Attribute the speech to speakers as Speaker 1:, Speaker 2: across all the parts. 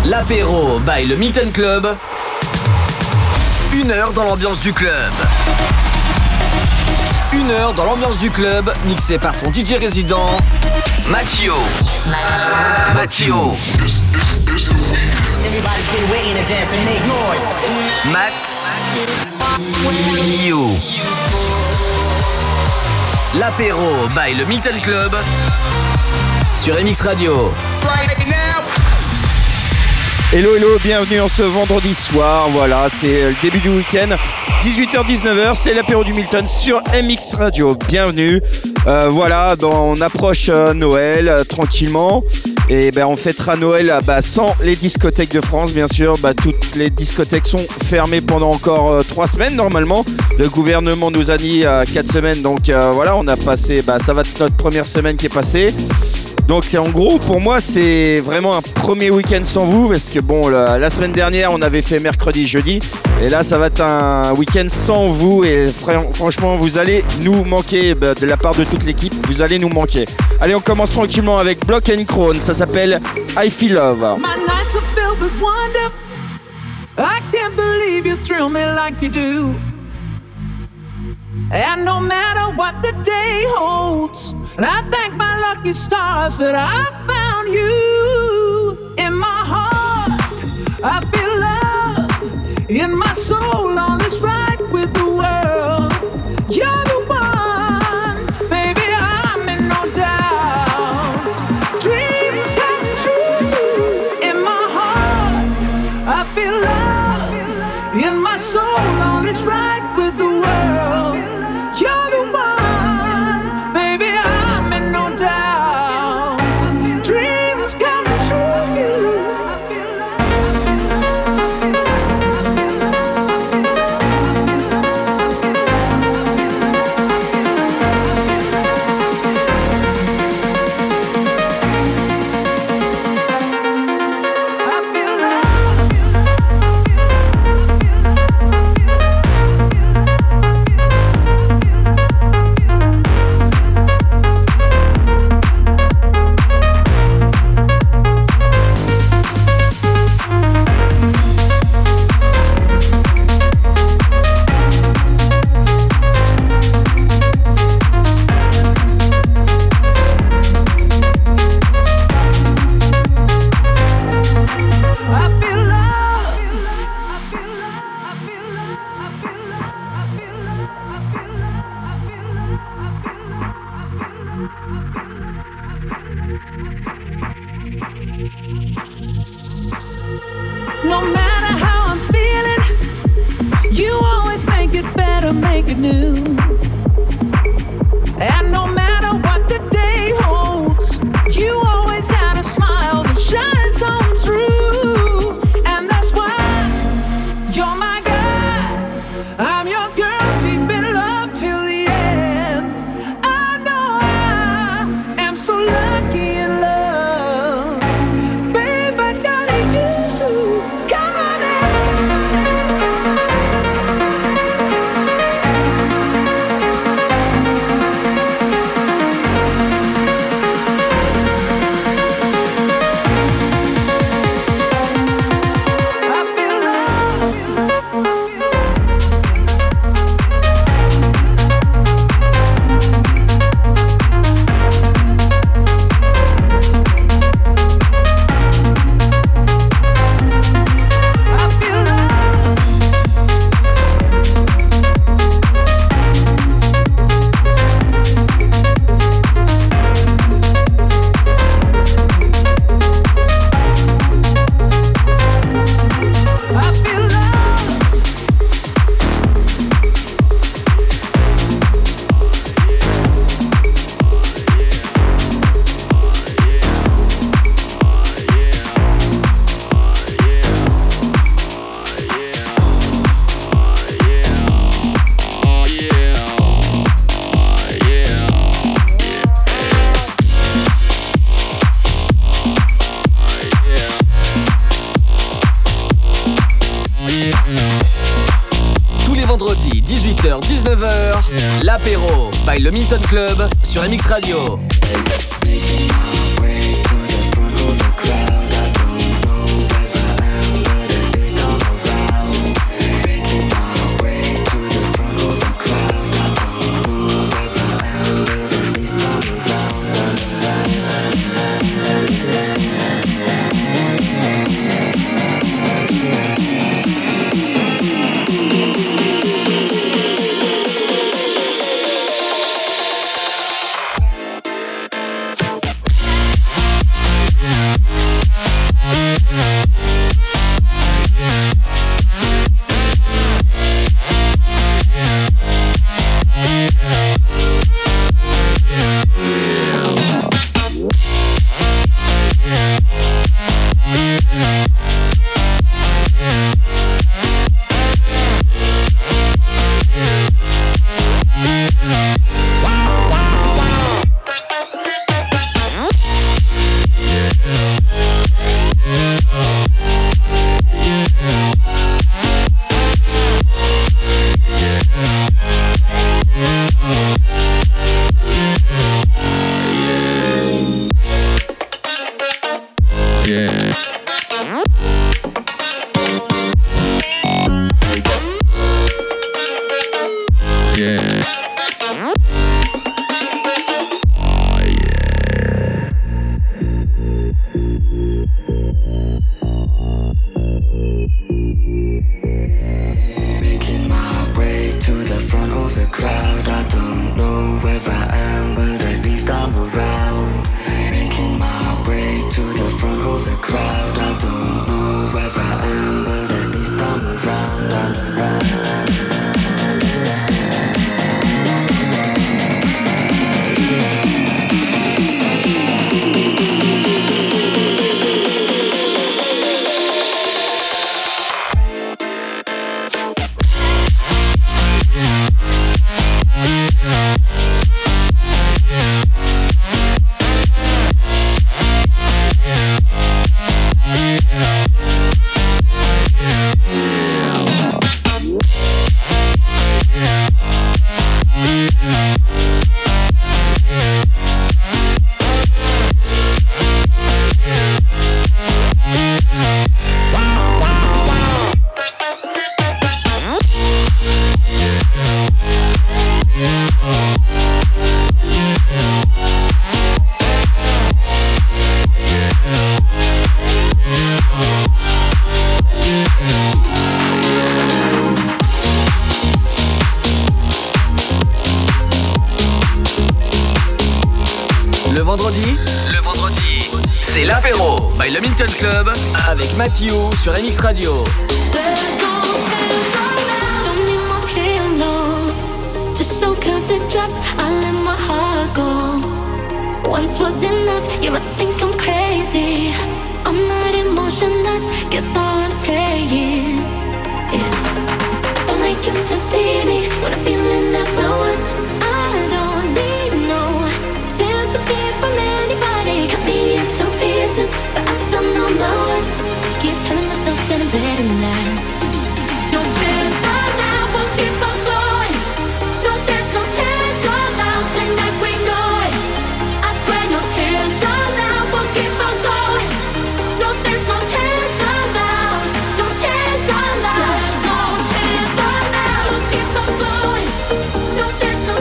Speaker 1: L'apéro by le Milton Club. 1 heure dans l'ambiance du club. 1 heure dans l'ambiance du club, mixé par son DJ résident, Mattio. L'apéro by le Milton Club sur MX Radio.
Speaker 2: Hello, bienvenue en ce vendredi soir, voilà, c'est le début du week-end, 18h-19h, c'est l'apéro du Milton sur MX Radio, bienvenue. Voilà, on approche Noël tranquillement, et on fêtera Noël sans les discothèques de France, bien sûr, toutes les discothèques sont fermées pendant encore 3 semaines normalement. Le gouvernement nous a dit 4 semaines, donc voilà, on a passé, ça va être notre première semaine qui est passée. Donc en gros pour moi c'est vraiment un premier week-end sans vous parce que la semaine dernière on avait fait mercredi, jeudi et là ça va être un week-end sans vous et franchement vous allez nous manquer de la part de toute l'équipe, vous allez nous manquer. Allez on commence tranquillement avec Block & Crown, ça s'appelle I Feel Love.
Speaker 3: My nights are filled with wonder. I can't believe you thrill me like you do. And no matter what the day holds, and I thank my lucky stars that I found you. In my heart, I feel love. In my soul, all is right with the world. You're the one, baby, I'm in no doubt. Dreams come true. In my heart, I feel love. In my soul, all is right with the world. You're the one, baby, I'm in no doubt. Dreams come true. No matter how I'm feeling, you always make it better, make it new. And no matter what the day holds, you always had a smile that shines on through. And that's why you're my guy, I'm your girl, deep in love till the end. I know I am so lucky in love. Babe, I got you. Come on
Speaker 1: Tous les vendredis 18h-19h, l'apéro by le Milton Club sur MX Radio.
Speaker 4: Making my way to the front of the crowd. I don't know whether
Speaker 1: Le vendredi, c'est l'apéro by le Milton Club avec Mathieu sur MX Radio.
Speaker 4: Once was enough, you must think I'm crazy. I'm not emotionless, guess all I'm saying is I'd like you to see me when I'm feeling at my worst. I don't need no sympathy from anybody. Cut me into pieces, but I still know my worth. Keep telling myself that I'm better than that. No tears allowed, we'll keep on going. No, there's no tears allowed, tonight we know it. I swear no tears allowed, we'll keep on going. No, there's no tears allowed. No tears allowed. There's no tears allowed, we'll keep on going. No, there's no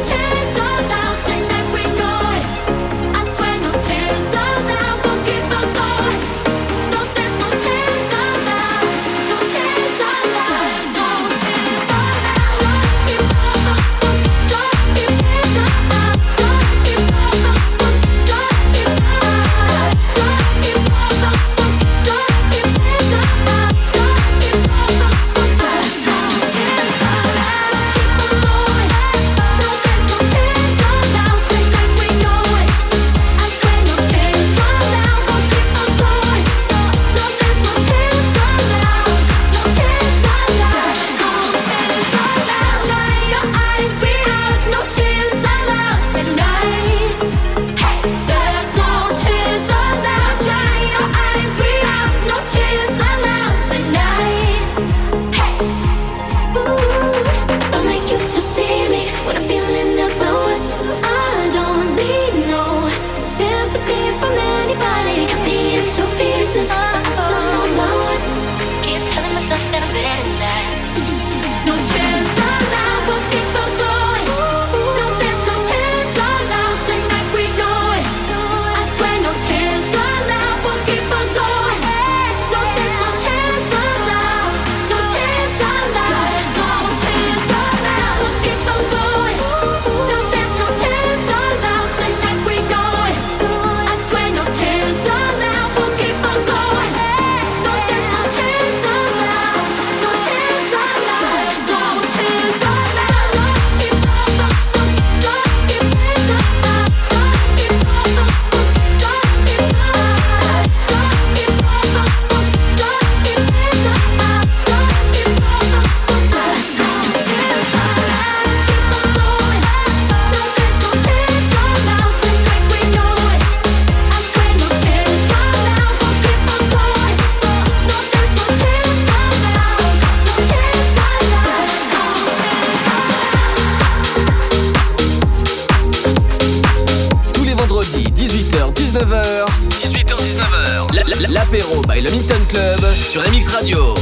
Speaker 1: l'apéro by le Milton Club sur MX Radio.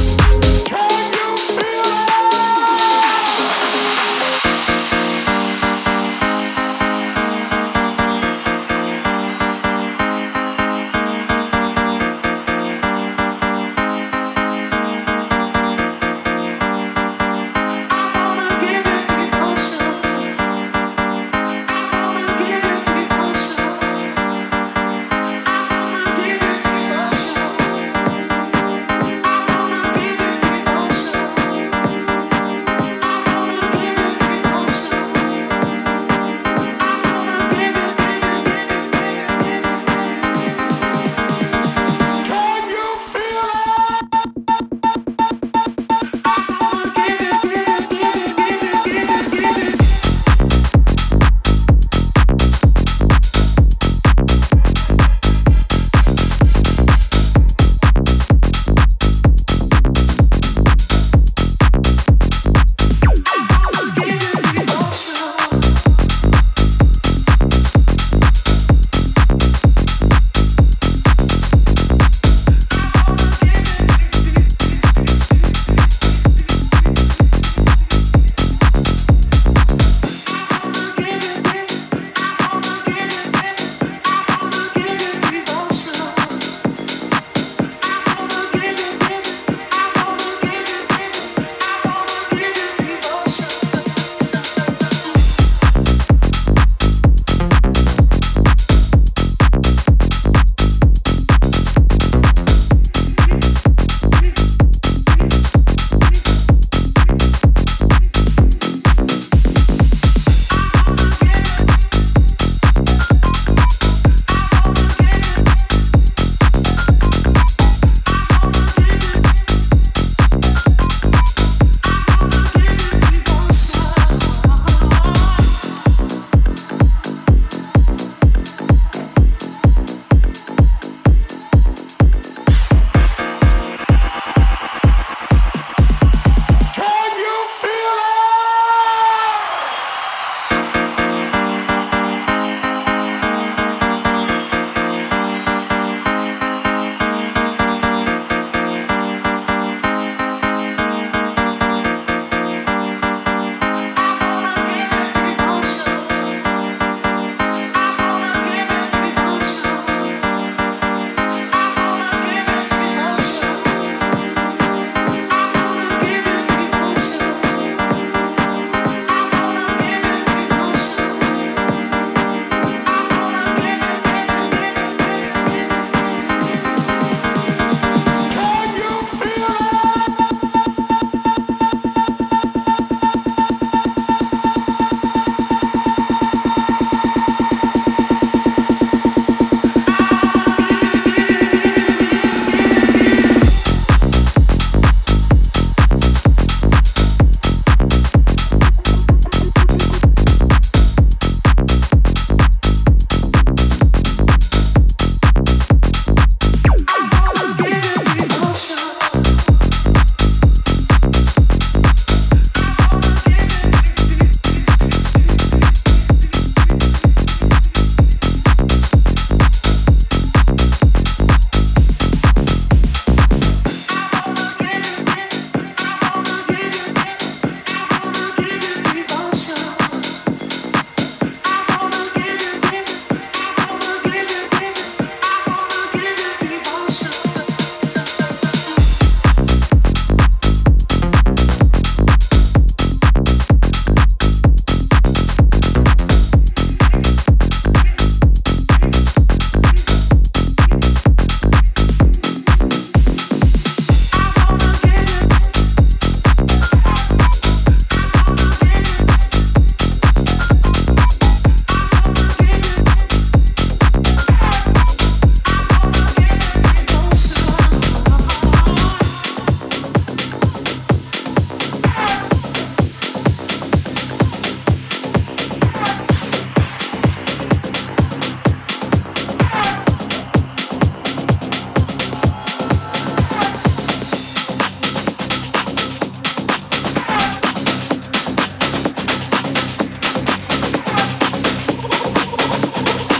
Speaker 4: I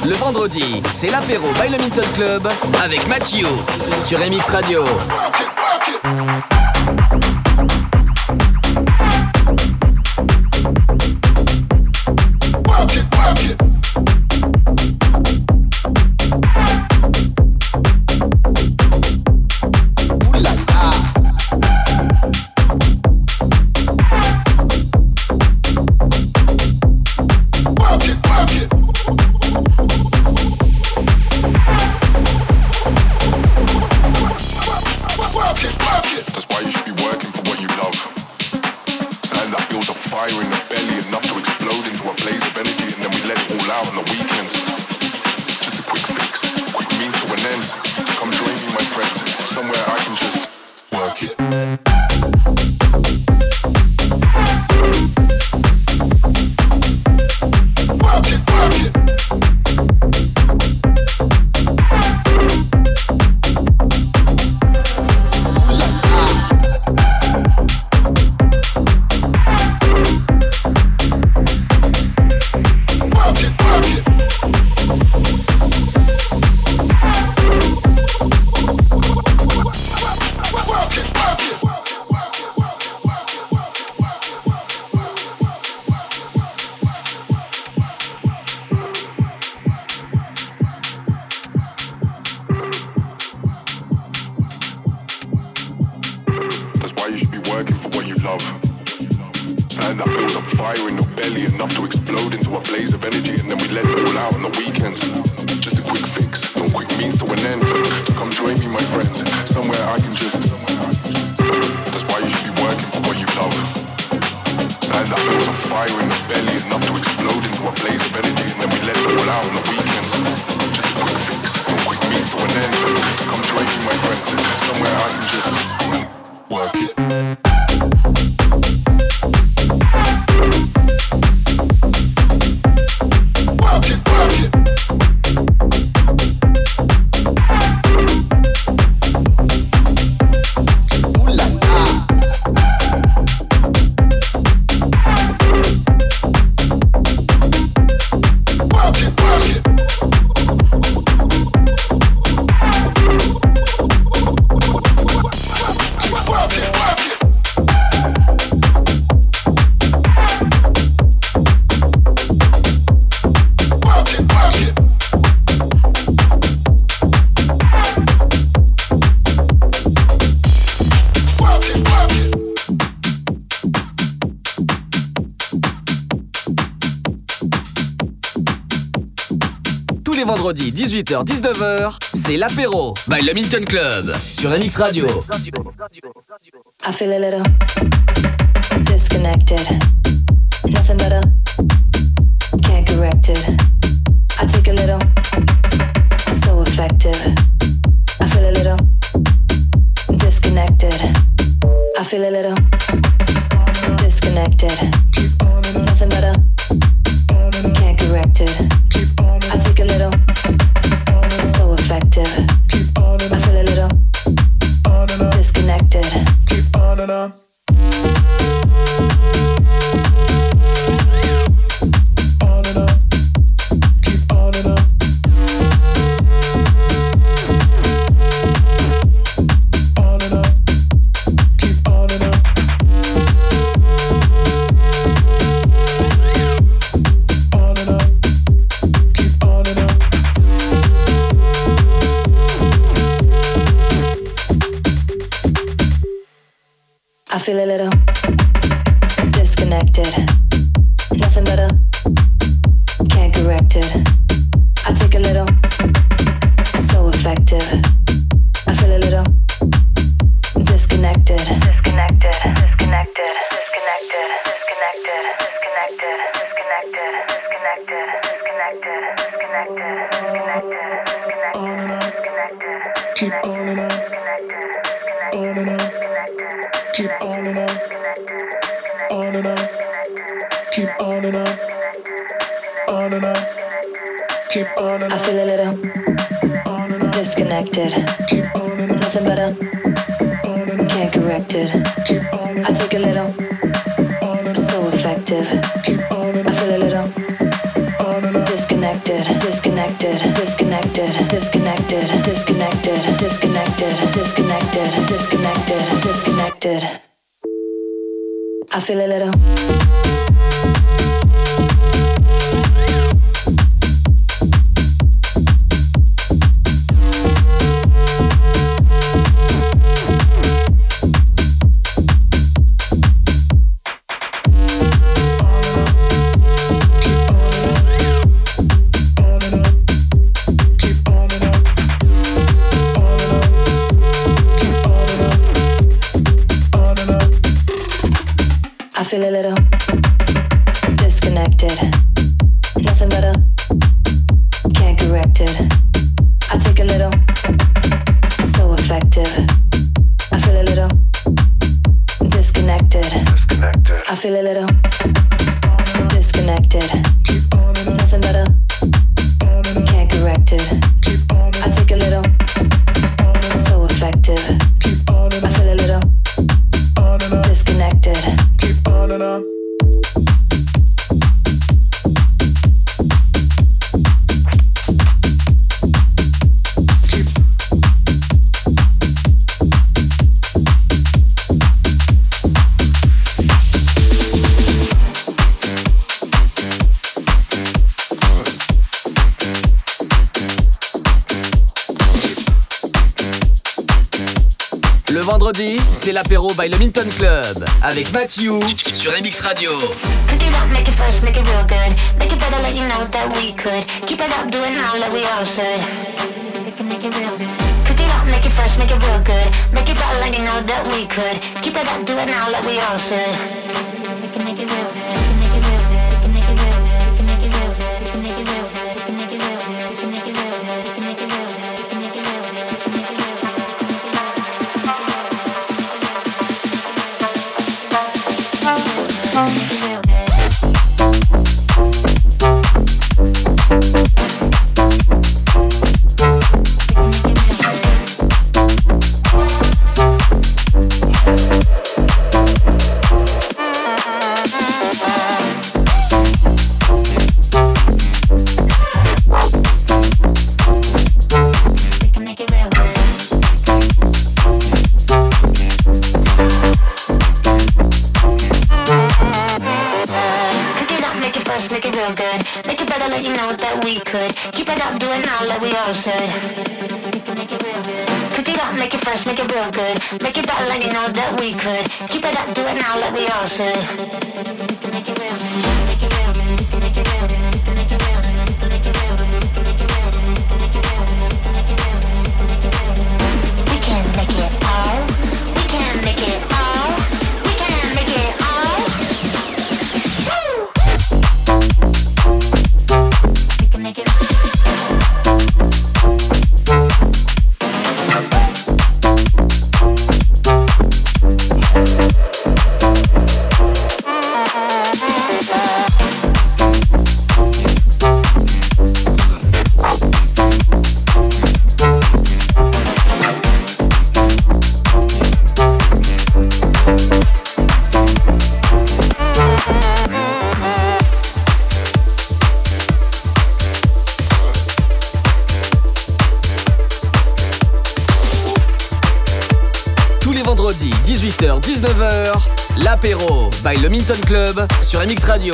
Speaker 1: Le vendredi, c'est l'apéro by le Milton Club avec Mathieu sur MX Radio. Vendredi 18h-19h, c'est l'apéro by le Milton Club sur MX Radio.
Speaker 5: I feel a little disconnected. Nothing better, can't correct it. I take a little, so effective. I feel a little disconnected. I feel a little disconnected. Nothing better, can't correct it. I take a little, so effective. I feel a little disconnected.
Speaker 6: Keep on and on. On and on. Keep on and on. On and on. Keep on and on. On and on. Keep on and on.
Speaker 5: I feel a little disconnected. Nothing better, can't correct it. I take a little, so effective. I feel a little disconnected. Disconnected, disconnected, disconnected, disconnected, disconnected, disconnected, disconnected, disconnected, disconnected, disconnected, disconnected, disconnected.
Speaker 6: Keep on and on. On and on. Keep on and on. On and on. Keep on and on. On and on. Keep on and on.
Speaker 5: I feel a little
Speaker 6: On and on.
Speaker 5: disconnected.
Speaker 6: Keep on and on.
Speaker 5: Nothing better,
Speaker 6: On and on.
Speaker 5: can't correct it.
Speaker 6: Keep on and
Speaker 5: I
Speaker 6: on.
Speaker 5: take a little,
Speaker 6: On and on.
Speaker 5: so effective.
Speaker 6: Keep on and
Speaker 5: I
Speaker 6: on.
Speaker 5: feel a little
Speaker 6: On and on.
Speaker 5: disconnected, disconnected. disconnected, disconnected, disconnected, disconnected, disconnected, disconnected, disconnected, disconnected. I feel a little. I feel a little disconnected. Nothing better, can't correct it. I take a little, so effective. I feel a little disconnected. I feel a little disconnected. Nothing better, can't correct it. I take a little, so effective. I feel a little disconnected.
Speaker 6: On and on.
Speaker 1: Le vendredi, c'est l'apéro by le Milton Club avec Mathieu sur MX Radio.
Speaker 7: Cook it up, make it fresh, make it real good. Make it better, let you know that we could. Keep it up, do it now like we all should. Make it real good. Cook it up, make it fresh, make it real good. Make it better, let you know that we could. Keep it up, do it now like we all should. Make it real good. Make it better, let you know that we could. Keep it up, do it now like we all should. Make it real good, make it real good, make it real good, make it real good, make it real good, make it real good, make it real good, make it real good. We can make it all. We can make it all. We can make it all. We can make it.
Speaker 1: Vendredi 18h-19h, l'apéro by le Milton Club sur MX Radio.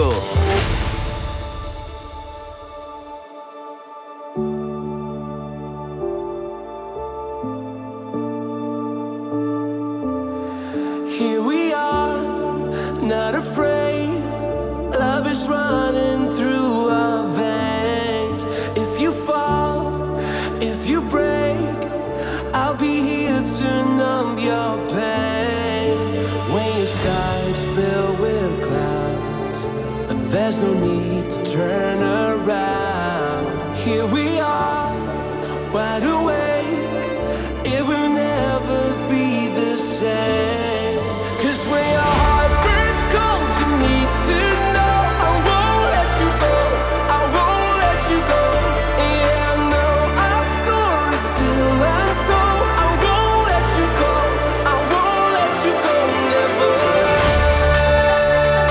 Speaker 3: Here we are, not afraid. Love is running through our veins. If you fall, if you break, I'll be here to numb your pain. When your skies fill with clouds, but there's no need to turn around. Here we are, wide awake. It will never be the same. 'Cause when your heart gets cold, you need to know I won't let you go. I won't let you go. Yeah, I know our story's still untold. I won't let you go. I won't let you go. Never.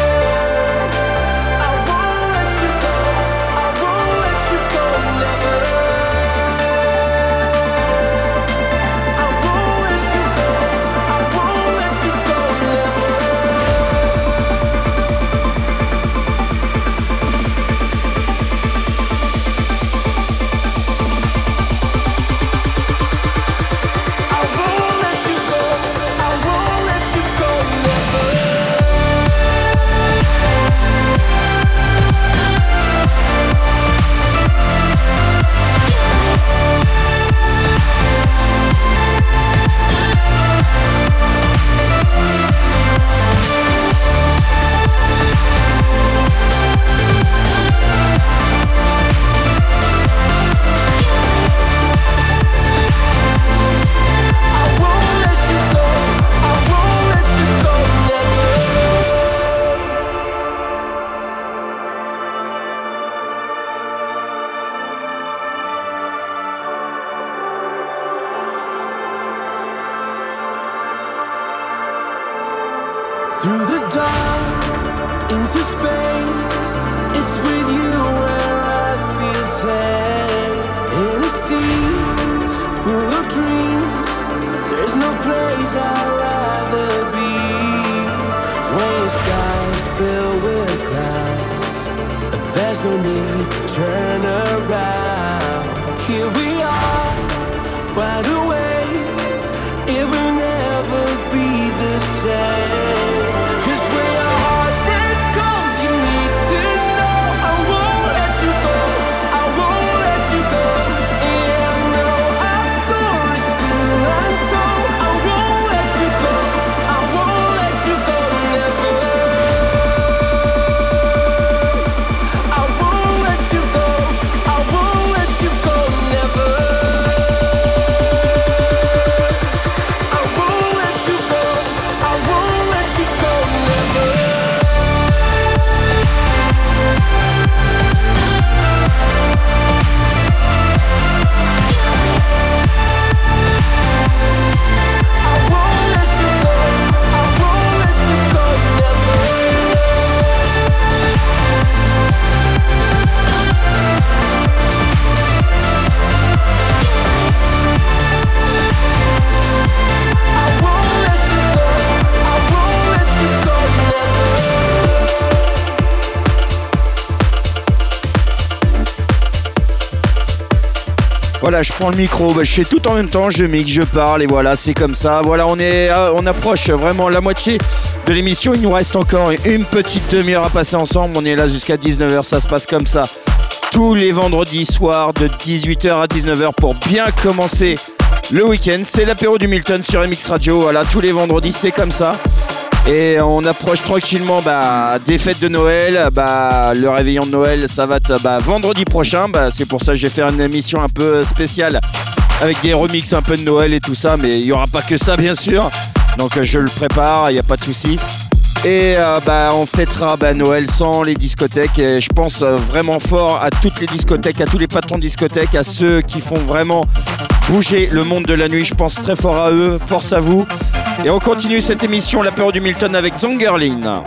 Speaker 3: I won't let you go. I won't let you go. Never. Through the dark, into space, it's with you where I feel safe. In a sea full of dreams, there's no place I'd rather be. When skies fill with clouds, there's no need to turn around. Here we are, wide awake, it will never be the same. 'Cause when your heart breaks cold, you need to know I won't let you go, I won't let you go. And I know our story's still untold. I won't let you go, I won't let you go, never. I won't let you go, I won't let you go, never. I won't let you go, I won't let you go, never. I won't let you go, I won't let you go, never. I won't let you go, I won't let you go, never.
Speaker 2: Voilà, je prends le micro, je fais tout en même temps, je mixe, je parle et voilà, c'est comme ça. Voilà, on approche vraiment la moitié de l'émission. Il nous reste encore une petite demi-heure à passer ensemble. On est là jusqu'à 19h, ça se passe comme ça. Tous les vendredis soirs de 18h à 19h pour bien commencer le week-end. C'est l'apéro du Milton sur MX Radio. Voilà, tous les vendredis, c'est comme ça. Et on approche tranquillement des fêtes de Noël. Le réveillon de Noël, ça va être vendredi prochain. C'est pour ça que je vais faire une émission un peu spéciale avec des remixes un peu de Noël et tout ça. Mais il n'y aura pas que ça, bien sûr. Donc je le prépare, il n'y a pas de souci. Et on fêtera Noël sans les discothèques. Et je pense vraiment fort à toutes les discothèques, à tous les patrons de discothèques, à ceux qui font vraiment bouger le monde de la nuit. Je pense très fort à eux. Force à vous. Et on continue cette émission, l'apéro du Milton avec Zangerlin.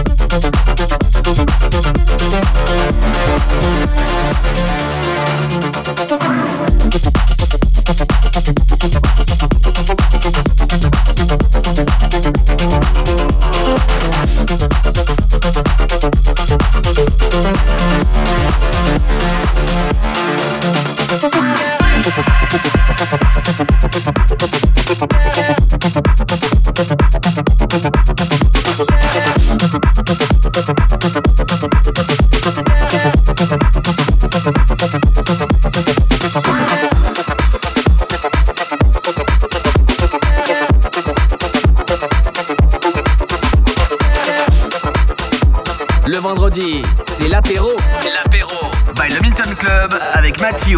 Speaker 1: Le vendredi, c'est l'apéro. L'apéro by le Milton Club avec Mathieu.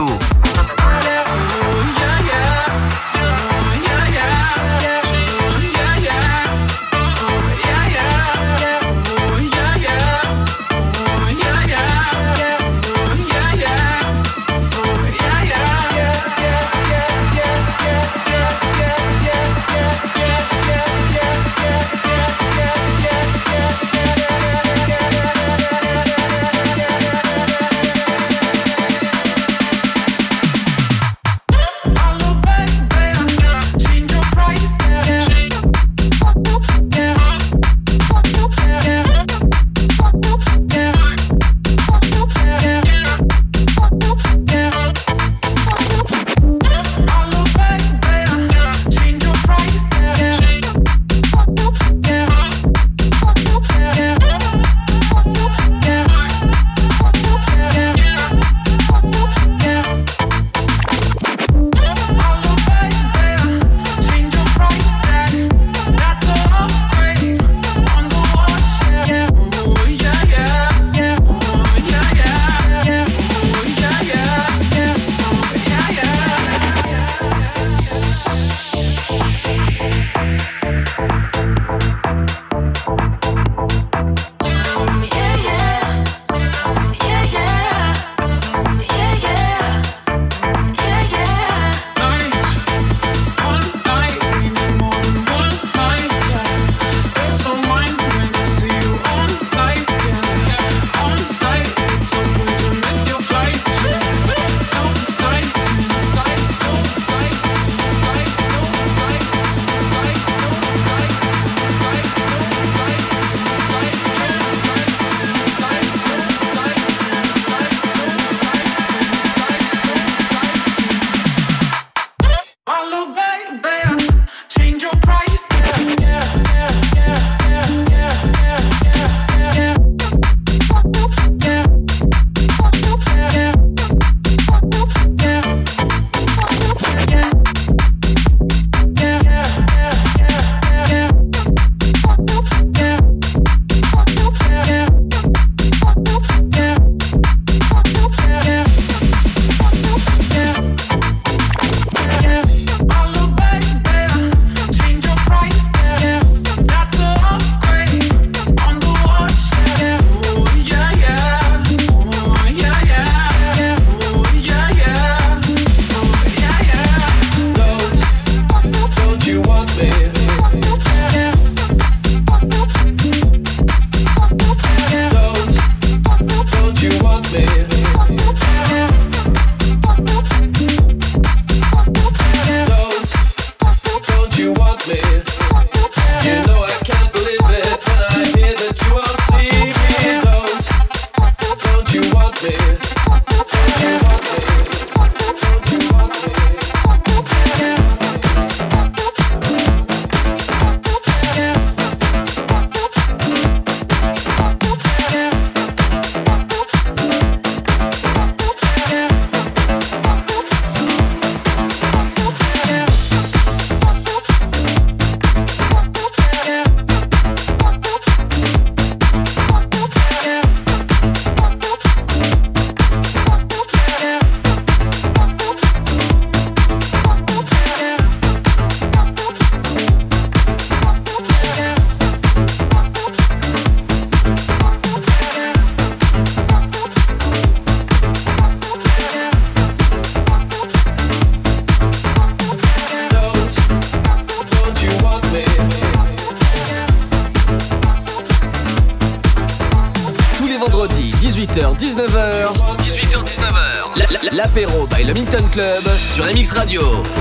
Speaker 1: les vendredis, 18h-19h. 18h-19h. L'apéro by le Milton Club sur MX Radio.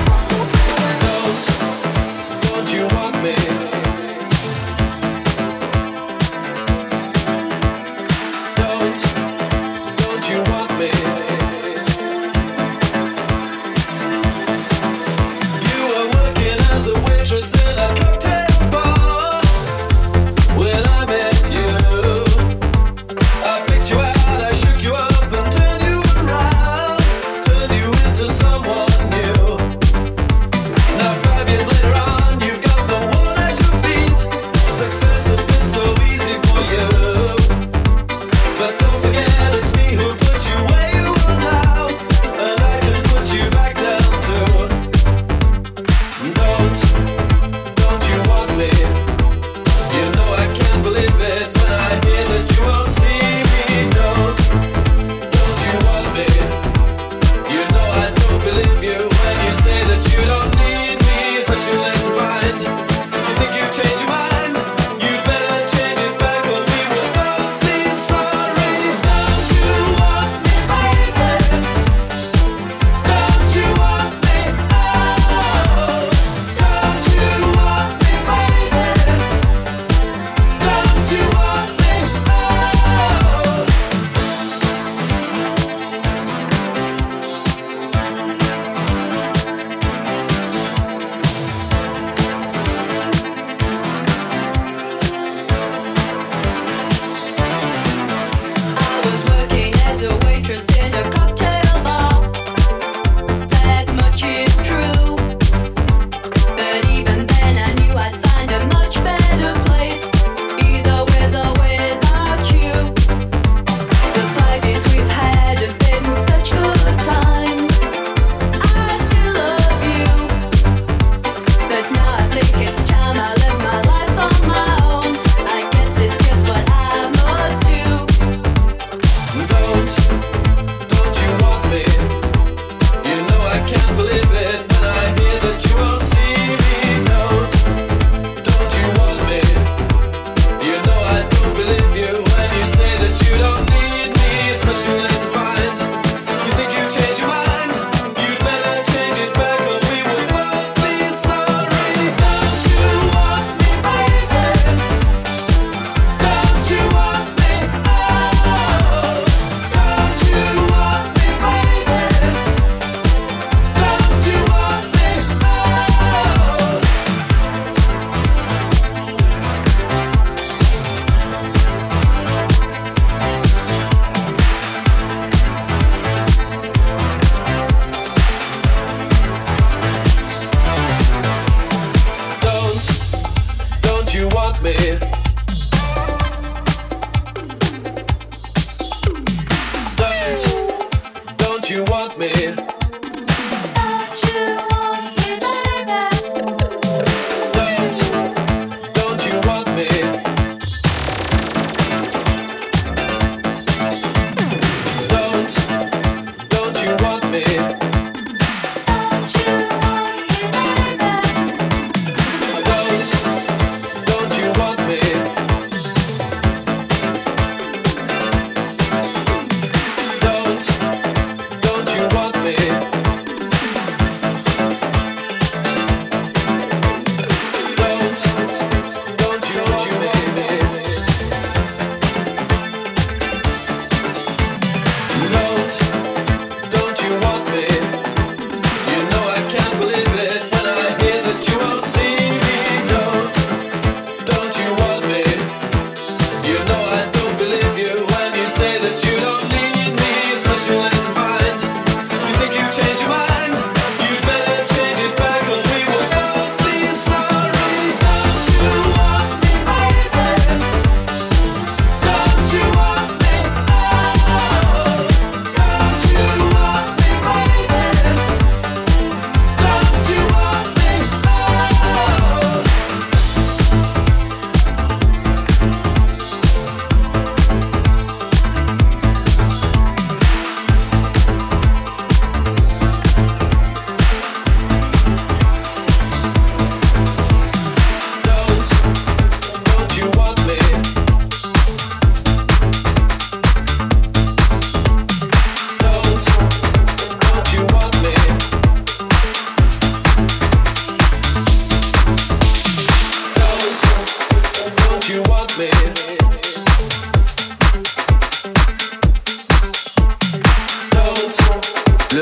Speaker 6: Don't you want me? Don't you want me? You were working as a waitress in a cocktail bar when I met you. I picked you out, I shook you up and turned you around, turned you into someone new. Now 5 years later on, you've got the world at your feet. Success has been so easy for you, but don't forget it's me who put you where you are now, and I can put you back down too. Don't you want me? You know I can't believe it when I hear that you won't see me. Don't you want me? You know I don't believe you when you say that you don't need me. It's what you like to find. You think you've changed your mind? You better change it back or we will both be sorry. Don't you want me, baby? Don't you want me? Oh, don't you want me, baby? Don't you want me? Oh.
Speaker 5: I was working as a waitress in a cocktail bar. That much is true. But even then I knew I'd find a much better place, either with or without you. The 5 years we've had have been such good times. I still love you, but now I think it's time I live my life on my own. I guess it's just what I must do.
Speaker 6: Don't you want me? You know I can't believe it when I hear that you won't see me. Don't you want me? You know I don't believe you when you say that you don't need me. It's much too late to find. You think you've changed your mind? You better change it back or we will both be sorry. Don't you want me, baby? Don't you want me? Oh, don't you want me, baby? Don't you want me? Oh. Don't you want me? Don't you want me? Don't you want me? Don't you want me? Don't you want me? Don't you want me?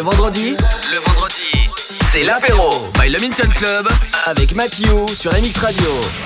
Speaker 1: vendredi, c'est l'apéro by le Milton Club avec Mathieu sur MX Radio.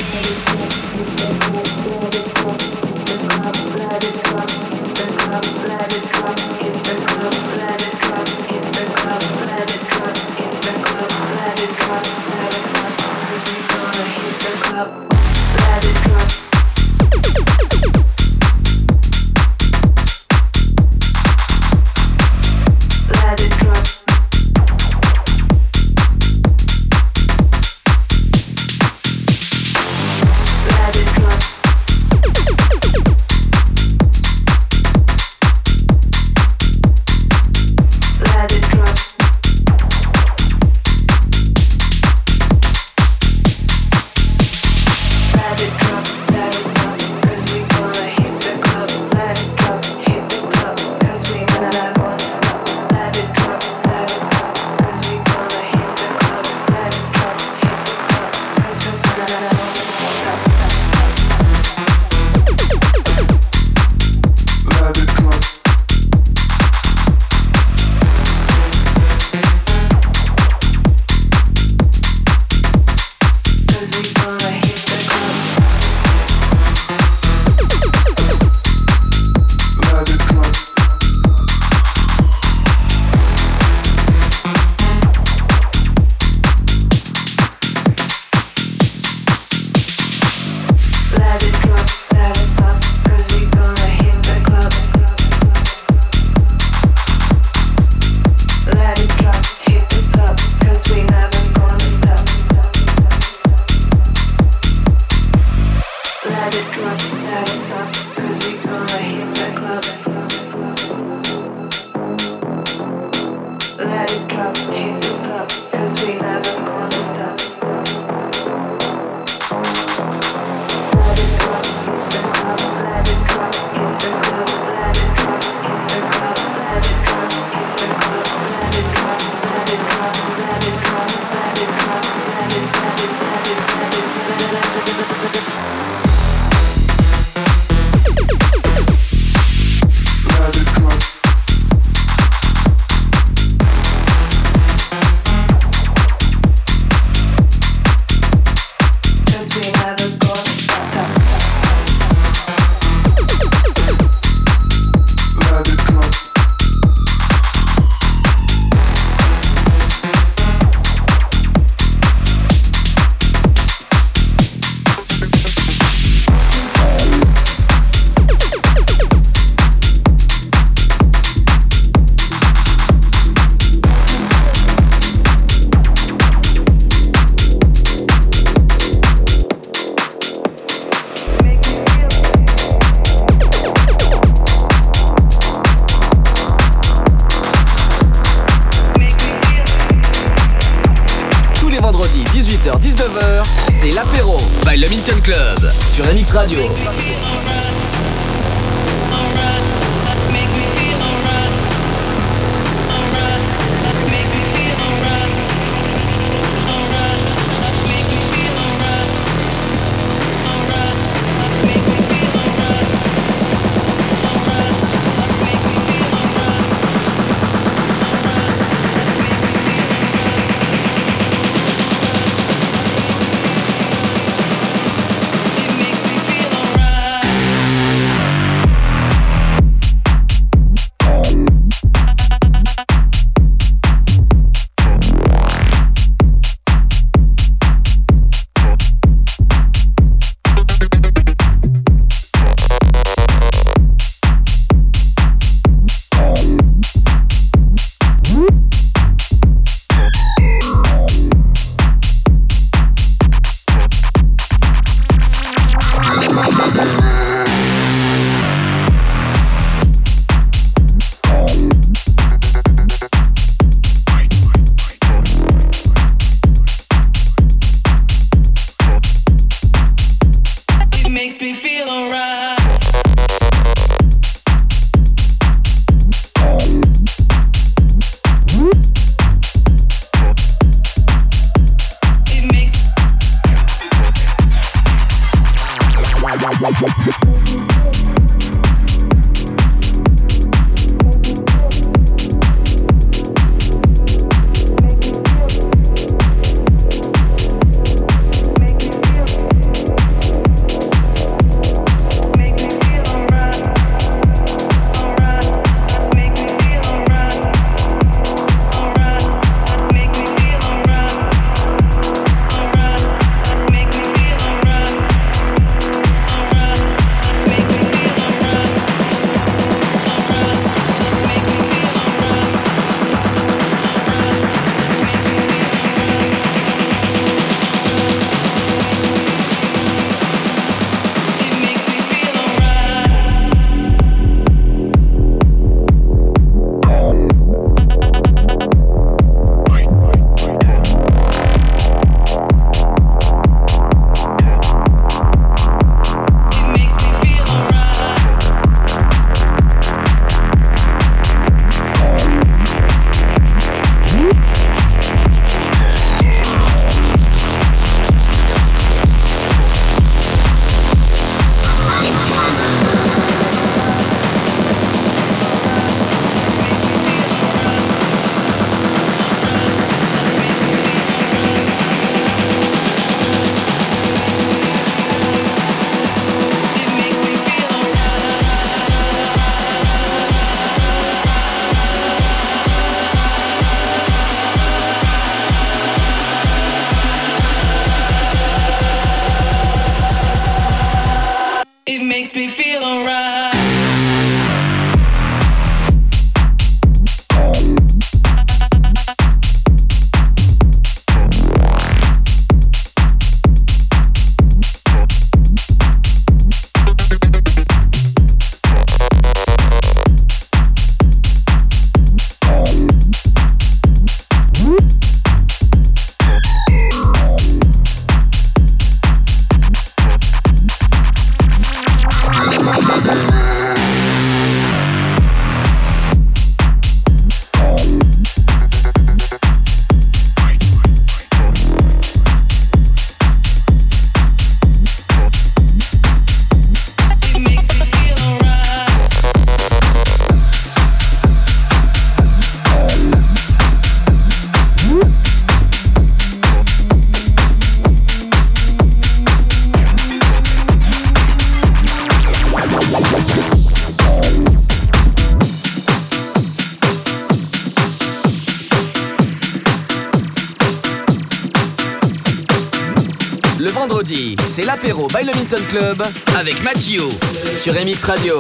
Speaker 1: Vendredi 18h-19h, c'est l'apéro by le Milton Club sur MX Radio.
Speaker 5: It makes me feel alright.
Speaker 1: vendredis, c'est l'apéro by le Milton Club avec Mathieu sur MX Radio.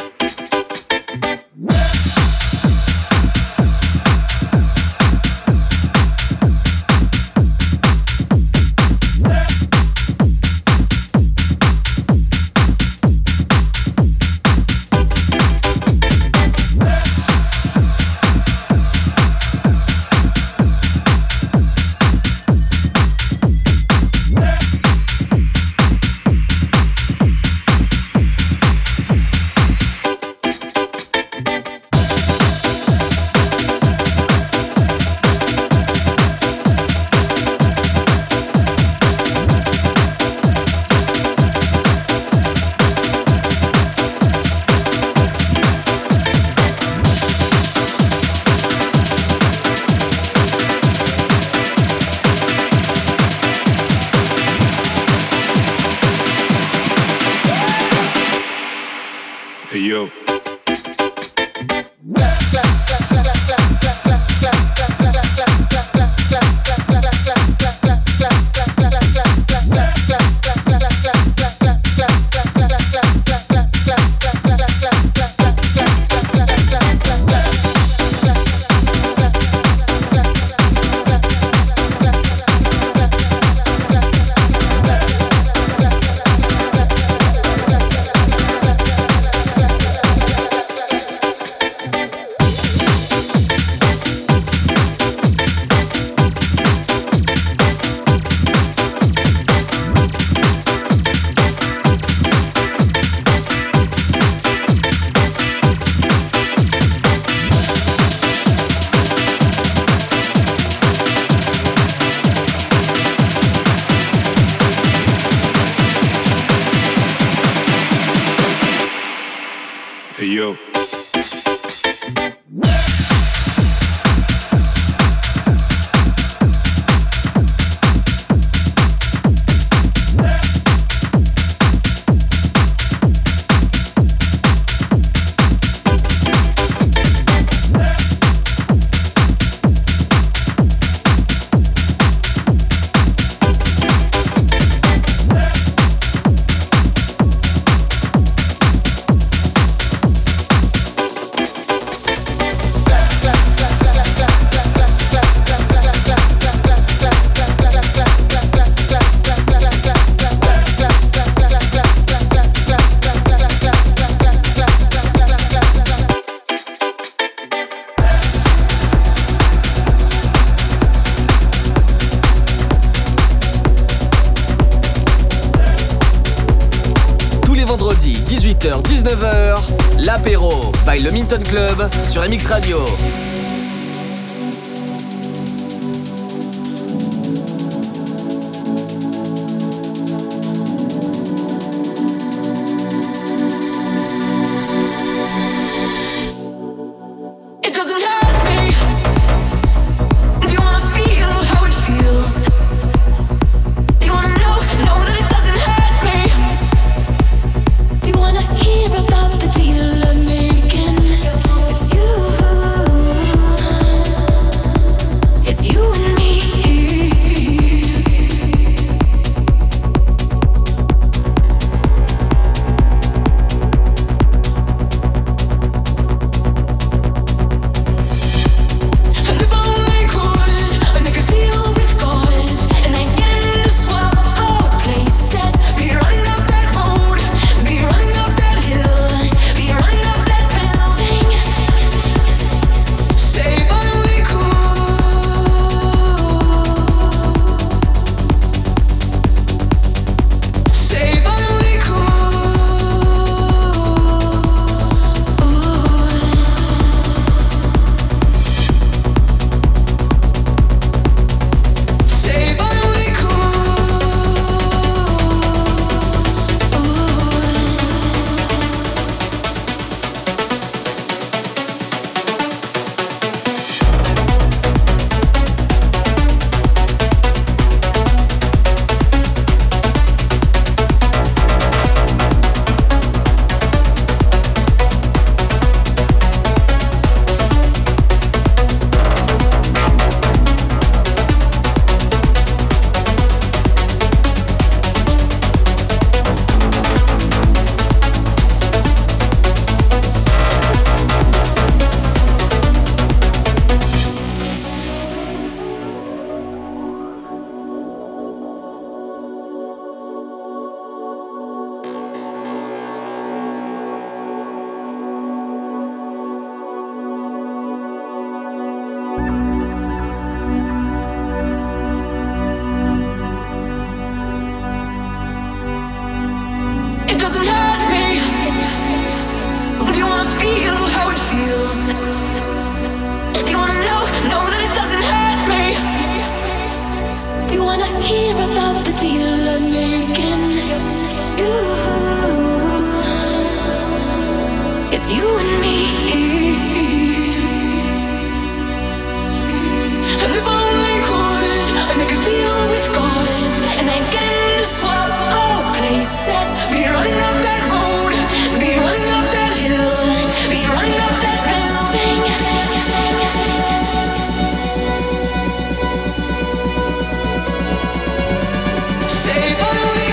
Speaker 1: Vendredi 18h-19h, l'apéro by le Milton Club sur MX Radio.
Speaker 4: Hear about the deal I'm making. It's you.
Speaker 7: wanna hear about the deal I'm making. It's you and me. And if only could I make a deal with God, and I get in to swap our places. Be running up that road, be running up that hill, be running up that building. Say if only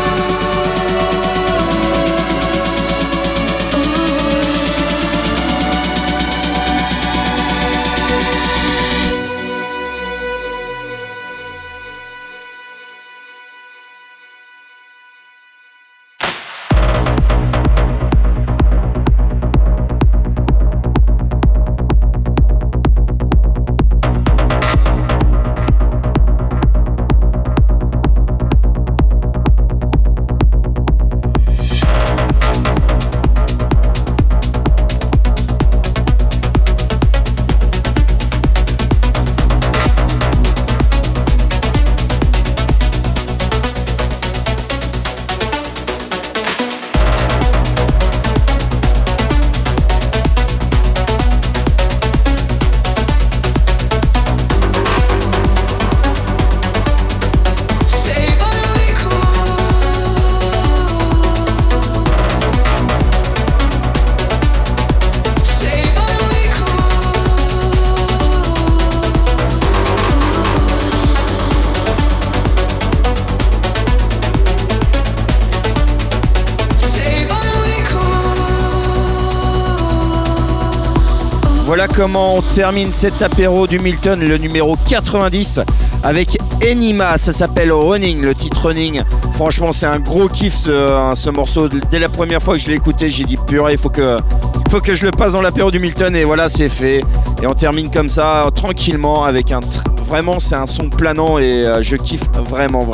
Speaker 2: Voilà comment on termine cet apéro du Milton, le numéro 90, avec Enima. Ça s'appelle Running, le titre Running. Franchement, c'est un gros kiff ce morceau. Dès la première fois que je l'ai écouté, j'ai dit purée, il faut que je le passe dans l'apéro du Milton. Et voilà, c'est fait. Et on termine comme ça, tranquillement, avec vraiment, c'est un son planant et je kiffe vraiment.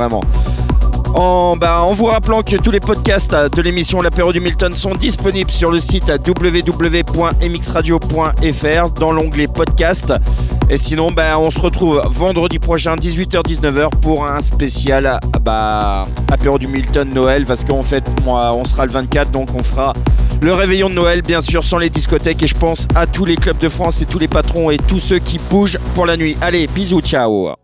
Speaker 2: En vous rappelant que tous les podcasts de l'émission L'Apéro du Milton sont disponibles sur le site www.mxradio.fr dans l'onglet podcast. Et sinon, on se retrouve vendredi prochain 18h-19h pour un spécial Apéro du Milton Noël, parce qu'en fait, on sera le 24, donc on fera le réveillon de Noël, bien sûr, sans les discothèques. Et je pense à tous les clubs de France et tous les patrons et tous ceux qui bougent pour la nuit. Allez, bisous, ciao.